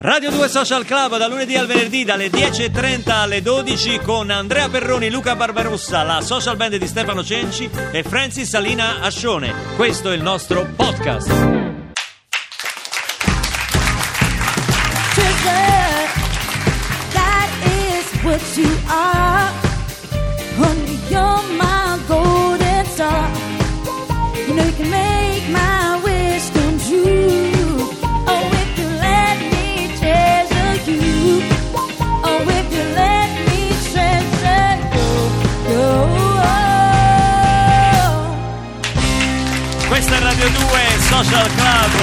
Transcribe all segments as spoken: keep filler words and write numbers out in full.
Radio due Social Club da lunedì al venerdì dalle dieci e trenta alle dodici con Andrea Perroni, Luca Barbarossa, la social band di Stefano Cenci e Francis Salina Ascione. Questo è il nostro podcast. Sugar, that is what you are. Honey, you're my golden star. You know you can make my wish come true. Questa è Radio due Social Club,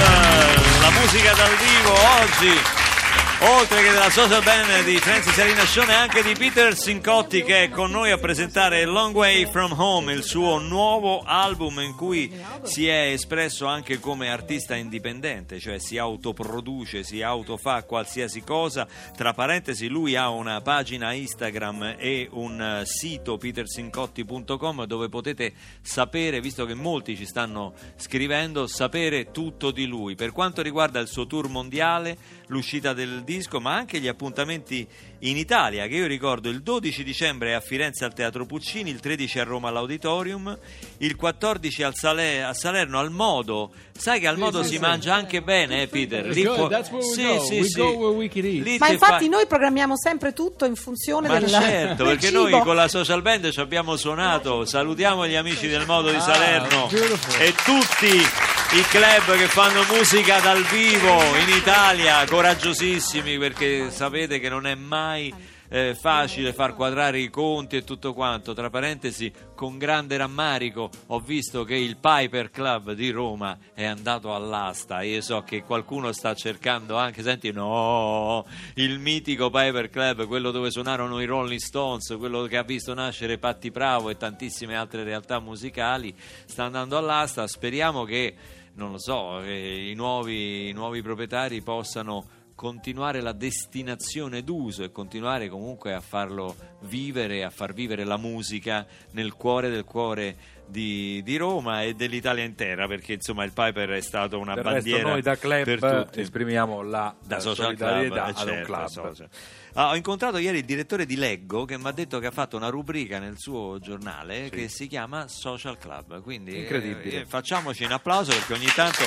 la musica dal vivo oggi, oltre che della social band di Francis Salina Ascione, anche di Peter Cincotti, che è con noi a presentare Long Way From Home, il suo nuovo album in cui si è espresso anche come artista indipendente, cioè si autoproduce, si autofa qualsiasi cosa. Tra parentesi, lui ha una pagina Instagram e un sito peter cincotti punto com dove potete sapere, visto che molti ci stanno scrivendo, sapere tutto di lui per quanto riguarda il suo tour mondiale, l'uscita del disco, ma anche gli appuntamenti in Italia, che io ricordo il dodici dicembre a Firenze al Teatro Puccini, il tredici a Roma all'Auditorium, il quattordici al Sale- a Salerno al Modo. Sai che al Modo si mangia anche bene, eh, Peter? Lì può... sì, sì, sì. Lì ma infatti fa... noi programmiamo sempre tutto in funzione ma del certo, del perché cibo. Noi con la social band ci abbiamo suonato. Salutiamo gli amici del Modo di Salerno ah, e tutti i club che fanno musica dal vivo in Italia, coraggiosissimi, perché sapete che non è mai eh, facile far quadrare i conti e tutto quanto. Tra parentesi, con grande rammarico ho visto che il Piper Club di Roma è andato all'asta. Io so che qualcuno sta cercando anche, senti, no, il mitico Piper Club, quello dove suonarono i Rolling Stones, quello che ha visto nascere Patti Bravo e tantissime altre realtà musicali, sta andando all'asta. Speriamo che, non lo so, che i nuovi, i nuovi proprietari possano continuare la destinazione d'uso e continuare comunque a farlo vivere, a far vivere la musica nel cuore del cuore di, di Roma e dell'Italia intera, perché insomma il Piper è stato una del bandiera resto noi da club per tutti. Esprimiamo la, da la social solidarietà club, ad certo, un club. social. Ah, ho incontrato ieri il direttore di Leggo, che mi ha detto che ha fatto una rubrica nel suo giornale sì. che si chiama Social Club, quindi incredibile. Eh, facciamoci un applauso perché ogni tanto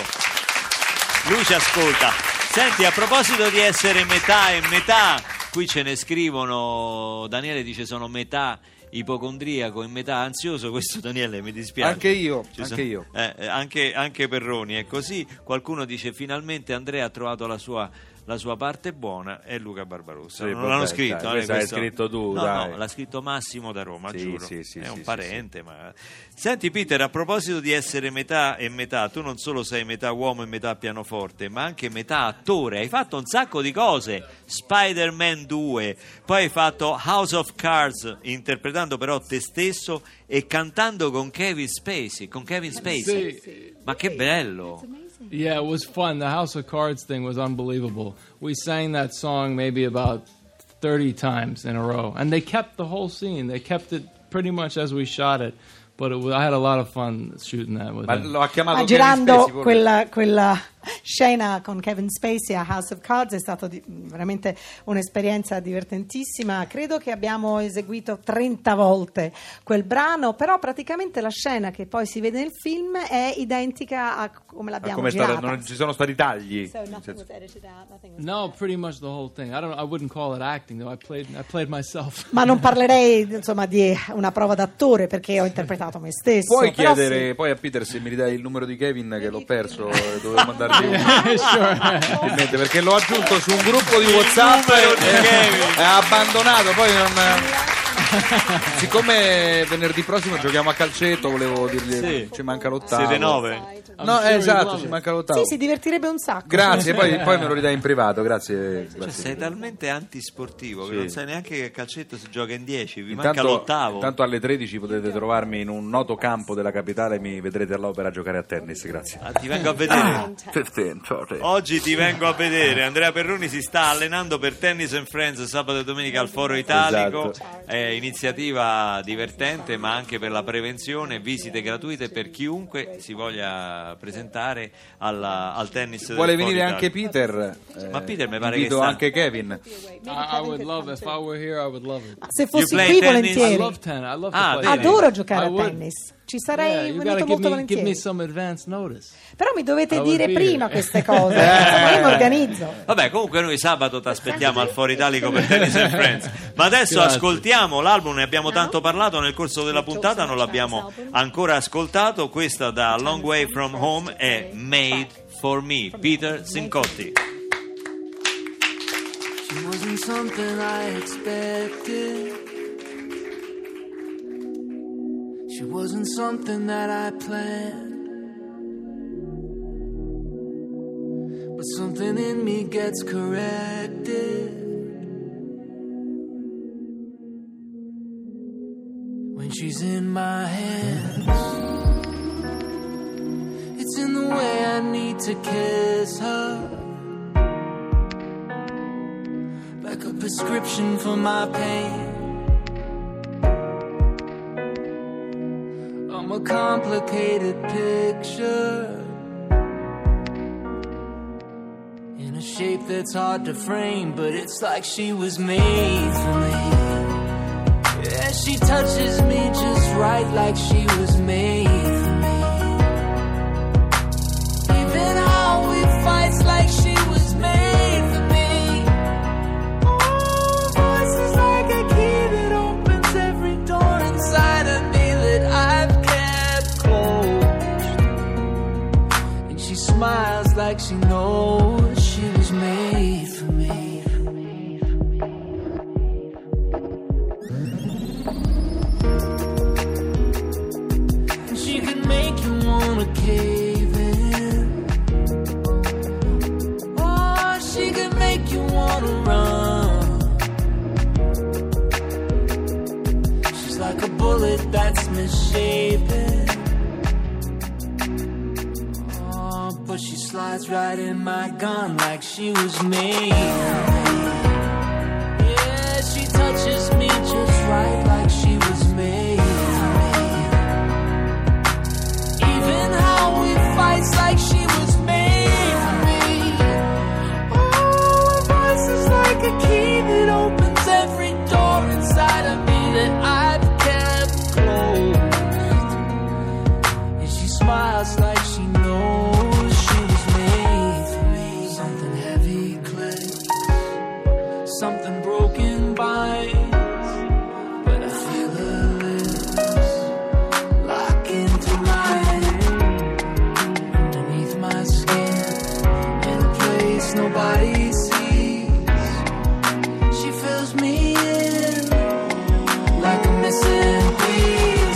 lui ci ascolta. Senti, a proposito di essere metà e metà, qui ce ne scrivono. Daniele dice sono metà ipocondriaco e metà ansioso. Questo, Daniele, mi dispiace. Anche io, Ci anche sono, io. Eh, anche, anche Perroni è così. Qualcuno dice finalmente Andrea ha trovato la sua la sua parte buona, è Luca Barbarossa. Sì, non vabbè, l'hanno scritto, dai, eh, l'hai scritto tu, no, dai. no, l'ha scritto Massimo da Roma, sì, giuro. Sì, sì, è sì, un sì, parente, sì. ma senti Peter, a proposito di essere metà e metà, tu non solo sei metà uomo e metà pianoforte, ma anche metà attore. Hai fatto un sacco di cose. Spider-Man due, poi hai fatto House of Cards, interpretando però te stesso e cantando con Kevin Spacey, con Kevin Spacey. Sì. Ma che bello! Yeah, it was fun. The House of Cards thing was unbelievable. We sang that song maybe about thirty times in a row. And they kept the whole scene. They kept it pretty much as we shot it. But it was, I had a lot of fun shooting that with Ma him. lo ha chiamato Ma girando quella, quella scena con Kevin Spacey a House of Cards è stata di, veramente un'esperienza divertentissima. Credo che abbiamo eseguito trenta volte quel brano, però praticamente la scena che poi si vede nel film è identica a come l'abbiamo come girata. Stato, non ci sono stati tagli. So nothing was edited out, nothing was No, pretty much the whole thing. I don't. I wouldn't call it acting though. I played. I played myself. Ma non parlerei insomma di una prova d'attore perché ho interpretato me stesso. Puoi però chiedere sì. poi a Peter se mi ridai il numero di Kevin, che l'ho perso e dovevo mandargli uno. Sure. Perché l'ho aggiunto su un gruppo di WhatsApp e ha abbandonato, poi non... Siccome venerdì prossimo giochiamo a calcetto, volevo dirgli sì. ci manca l'ottavo. Siete nove? No, eh, esatto, ci manca l'ottavo. Sì, si divertirebbe un sacco. Grazie, poi, poi me lo ridai in privato, grazie. Cioè, grazie. sei talmente antisportivo che Sì. non sai neanche che a calcetto si gioca in dieci, vi Intanto, manca l'ottavo. intanto alle tredici potete trovarmi in un noto campo della capitale e mi vedrete all'opera a giocare a tennis, grazie. Ah, ti vengo a vedere. quindici, sorry. Oggi ti vengo a vedere. Andrea Perroni si sta allenando per Tennis and Friends sabato e domenica al Foro Italico. Esatto. È in iniziativa divertente, ma anche per la prevenzione, visite gratuite per chiunque si voglia presentare alla, al tennis del Vuole Foro venire Italia. anche Peter? Eh, Ma Peter mi pare che invito sta... anche Kevin. I, I would love it. If I were here, I would love it. Se fossi play qui tennis? I volentieri. love tennis. I love to Ah, play vedi? tennis. Adoro giocare I a would- tennis. Ci Yeah, sarei you venuto gotta give molto me, give volentieri. me some advance notice. Però mi dovete I would dire be prima here. queste cose, insomma io mi organizzo. Vabbè, comunque noi sabato ti aspettiamo al Foro Italico per Tennis and Friends. Ma adesso Grazie. ascoltiamo l'album, ne abbiamo tanto parlato nel corso della puntata, non l'abbiamo ancora ascoltato. Questa da Long Way From Home è Made For Me, Peter Sincotti. She wasn't something I expected. She wasn't something that I planned. But something in me gets corrected when she's in my hands. It's in the way I need to kiss her, like a prescription for my pain. I'm a complicated picture in a shape that's hard to frame, but it's like she was made for me. Yeah, she touches me just right, like she was made for me. Even how we fight's like she was made for me. Oh, voices like a key that opens every door inside of me that I've kept closed. And she smiles like she knows she was made for me. And she can make you wanna cave in. Oh, she can make you wanna run. She's like a bullet that's misshapen. Oh, but she slides right in my gun like she was made for me. Yeah, she touches me just right like she was made for me. Even how we fight's like she was made for me. Oh, her voice is like a key that opens every door inside of me that I've kept closed. And she smiles like she knows she was made for me. Something heavy clicks, something broken binds, but I feel her lips lock into mine, underneath my skin, in a place nobody sees. She fills me in like a missing piece.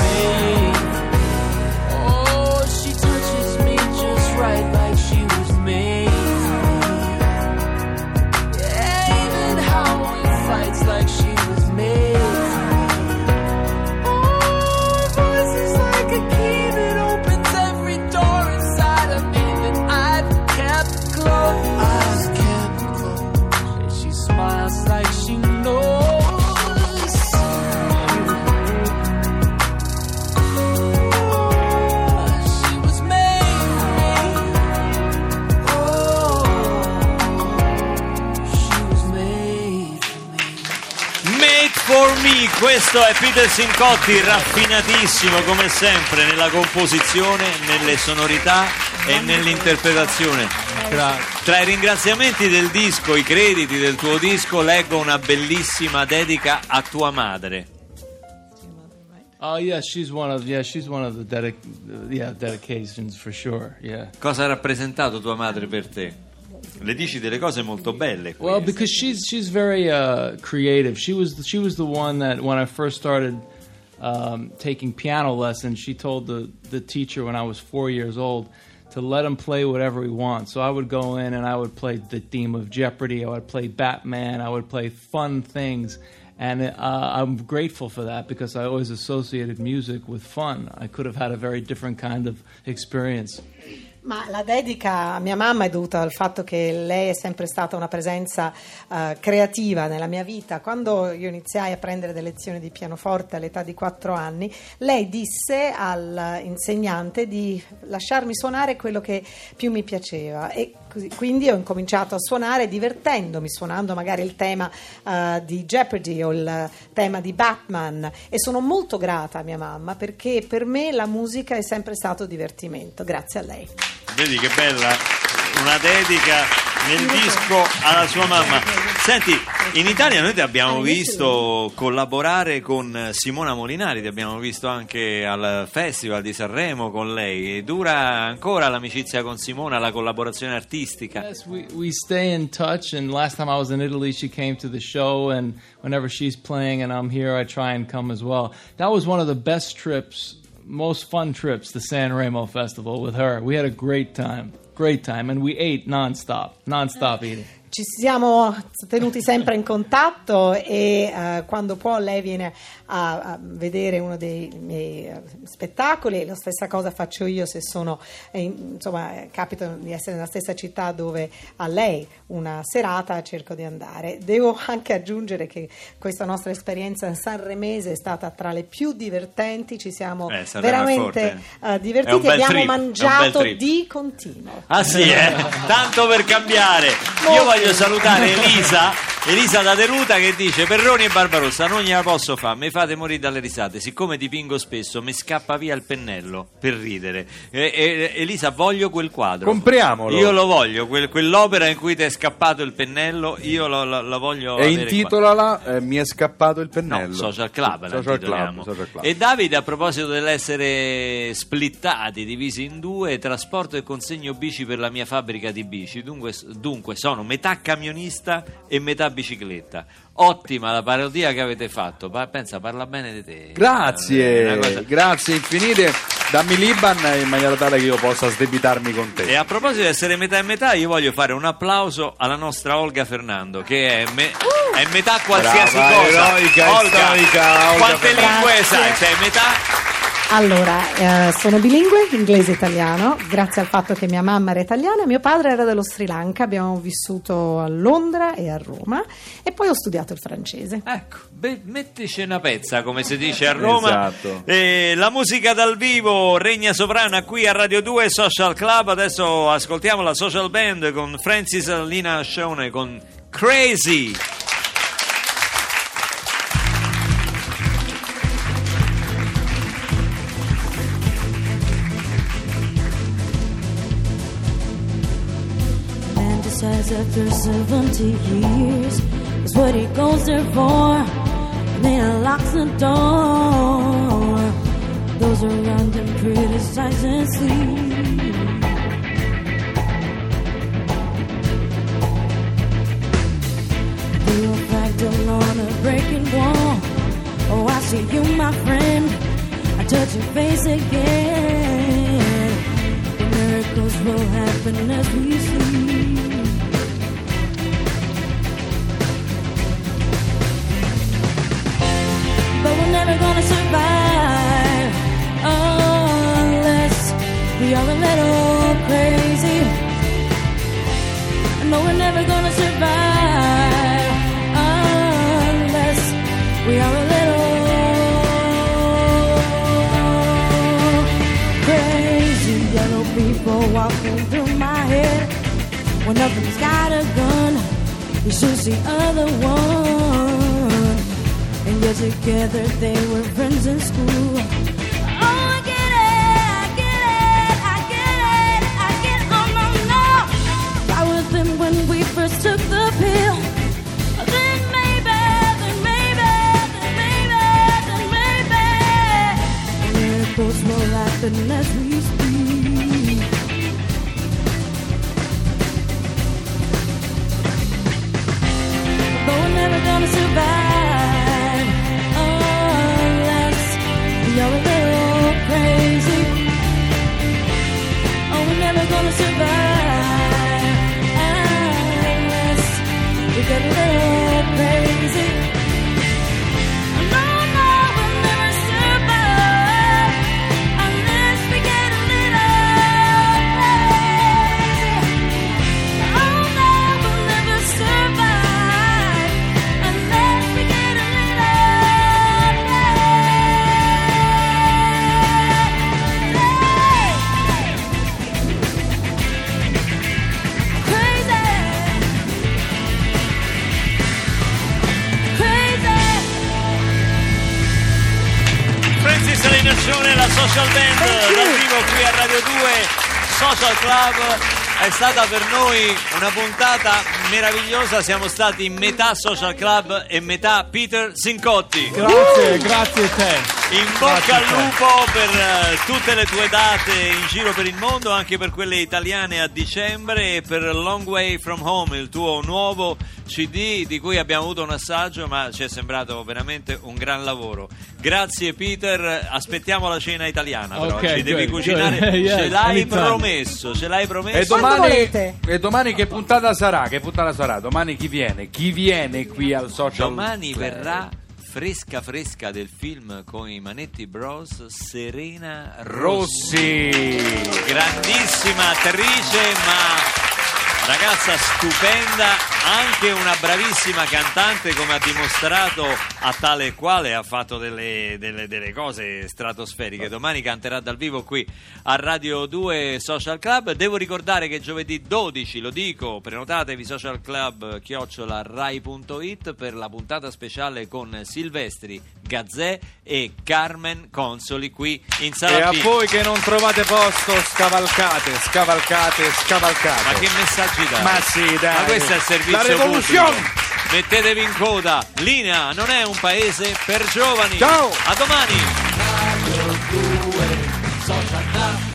Oh, she touches me just right like she was made for me. Yeah, even how we fight's like she was made for me. Oh, her voice is like a key that opens every door inside of me that I've kept closed. I've kept closed. And she smiles like she knows. She was made for me. Oh, she was made for me. Made For Me, questo è Peter Sincotti, raffinatissimo come sempre nella composizione, nelle sonorità e nell'interpretazione. Tra, tra i ringraziamenti del disco, i crediti del tuo disco, leggo una bellissima dedica a tua madre. Oh yeah, she's one of yeah, she's one of the dedic- yeah dedications for sure. Yeah. Cosa ha rappresentato tua madre per te? Le dici delle cose molto belle qui. Well, because she's she's very uh, creative. She was she was the one that when I first started um, taking piano lessons, she told the the teacher when I was four years old to let him play whatever he wants. So I would go in and I would play the theme of Jeopardy. I would play Batman. I would play fun things. And uh, I'm grateful for that because I always associated music with fun. I could have had a very different kind of experience. Ma la dedica a mia mamma è dovuta al fatto che lei è sempre stata una presenza uh, creativa nella mia vita. Quando io iniziai a prendere delle lezioni di pianoforte all'età di quattro anni, lei disse all'insegnante di lasciarmi suonare quello che più mi piaceva, e così, quindi ho incominciato a suonare divertendomi, suonando magari il tema uh, di Jeopardy o il tema di Batman, e sono molto grata a mia mamma perché per me la musica è sempre stato divertimento. Grazie a lei. Vedi che bella, una dedica nel disco alla sua mamma. Senti, in Italia noi ti abbiamo visto collaborare con Simona Molinari, ti abbiamo visto anche al Festival di Sanremo con lei. Dura ancora l'amicizia con Simona, la collaborazione artistica? Yes, we, we stay in touch, and last time I was in Italy she came to the show, and whenever she's playing and I'm here I try and come as well. That was one of the best trips, most fun trips, the Sanremo Festival with her. We had a great time, great time, and we ate non-stop, non-stop eating. Ci siamo tenuti sempre in contatto e uh, quando può lei viene a, a vedere uno dei miei uh, spettacoli. La stessa cosa faccio io se sono, eh, insomma, capita di essere nella stessa città dove ha lei una serata, cerco di andare. Devo anche aggiungere che questa nostra esperienza sanremese è stata tra le più divertenti, ci siamo eh, veramente uh, divertiti, abbiamo trip, mangiato di continuo. Ah sì, eh? Tanto per cambiare. Io voglio salutare Elisa Elisa da Teruta che dice: Perroni e Barbarossa non gliela posso fare, mi fate morire dalle risate, siccome dipingo spesso mi scappa via il pennello per ridere. e, e, Elisa, voglio quel quadro, compriamolo, io lo voglio, quel, quell'opera in cui ti è scappato il pennello, io lo, lo, lo voglio e intitolala eh, Mi è scappato il pennello. No, Social Club, no, la social intitoliamo. club, social club. E Davide, a proposito dell'essere splittati, divisi in due: trasporto e consegno bici per la mia fabbrica di bici, dunque, dunque sono metà camionista e metà bicicletta. Ottima la parodia che avete fatto, pa- pensa, parla bene di te. Grazie, cosa... grazie infinite. Dammi l'Iban in maniera tale che io possa sdebitarmi con te. E a proposito di essere metà e metà, io voglio fare un applauso alla nostra Olga Fernando, che è, me- è metà qualsiasi Brava, cosa. eroica, Olga, storica, Olga quante Fernando. lingue sai? Sei metà? Allora, eh, sono bilingue, inglese e italiano, grazie al fatto che mia mamma era italiana e mio padre era dello Sri Lanka. Abbiamo vissuto a Londra e a Roma e poi ho studiato il francese. Ecco, be- mettici una pezza, come si dice a Roma. Esatto. E la musica dal vivo regna sovrana qui a Radio due Social Club. Adesso ascoltiamo la Social Band con Francis Lina Shone con Crazy. Says after seventy years is what he goes there for, and then he locks the door. Those around him criticize and sleep. Through a fractal on a breaking wall. Oh, I see you, my friend. I touch your face again. The miracles will happen as we sleep. Never gonna survive unless we are a little crazy. No, we're never gonna survive unless we are a little crazy. Yellow people walking through my head. When nothing's got a gun, he shoots the other one. And yet together they were friends in school. Oh, I get it, I get it, I get it, I get it, oh no, no. I was them when we first took the pill. Then maybe, then maybe, then maybe, then maybe miracles will happen as we speak. But we're never gonna survive. You're a little crazy. Oh, we're never gonna survive unless we get a little crazy. No, no, we'll never survive unless we get a little Minaccione, la Social Band dal vivo qui a Radio due Social Club. È stata per noi una puntata meravigliosa, siamo stati metà Social Club e metà Peter Sincotti. Grazie, grazie a te. In bocca al lupo per uh, tutte le tue date in giro per il mondo, anche per quelle italiane a dicembre, e per Long Way From Home, il tuo nuovo C D di cui abbiamo avuto un assaggio, ma ci è sembrato veramente un gran lavoro. Grazie Peter, aspettiamo la cena italiana, però Okay, ci devi good, cucinare, good. Yes, ce l'hai anytime. promesso, ce l'hai promesso. E Quando domani, volete? e domani che puntata sarà? Che puntata sarà? Domani chi viene? Chi viene qui al Social Domani Club? verrà fresca fresca del film con i Manetti Bros, Serena Rossi. Rossi. Grandissima attrice, ma ragazza stupenda, anche una bravissima cantante, come ha dimostrato a tale e quale, ha fatto delle, delle, delle cose stratosferiche. Domani canterà dal vivo qui a Radio due Social Club. Devo ricordare che giovedì dodici, lo dico, prenotatevi Social Club chiocciola rai punto it per la puntata speciale con Silvestri, Gazzè e Carmen Consoli qui in Sala E a B. voi che non trovate posto, scavalcate, scavalcate, scavalcate. Ma che messaggi dai? Ma sì, dai. Ma questo è il servizio La rivoluzione! pubblico. Mettetevi in coda. Linea non è un paese per giovani. Ciao! A domani. Radio due Social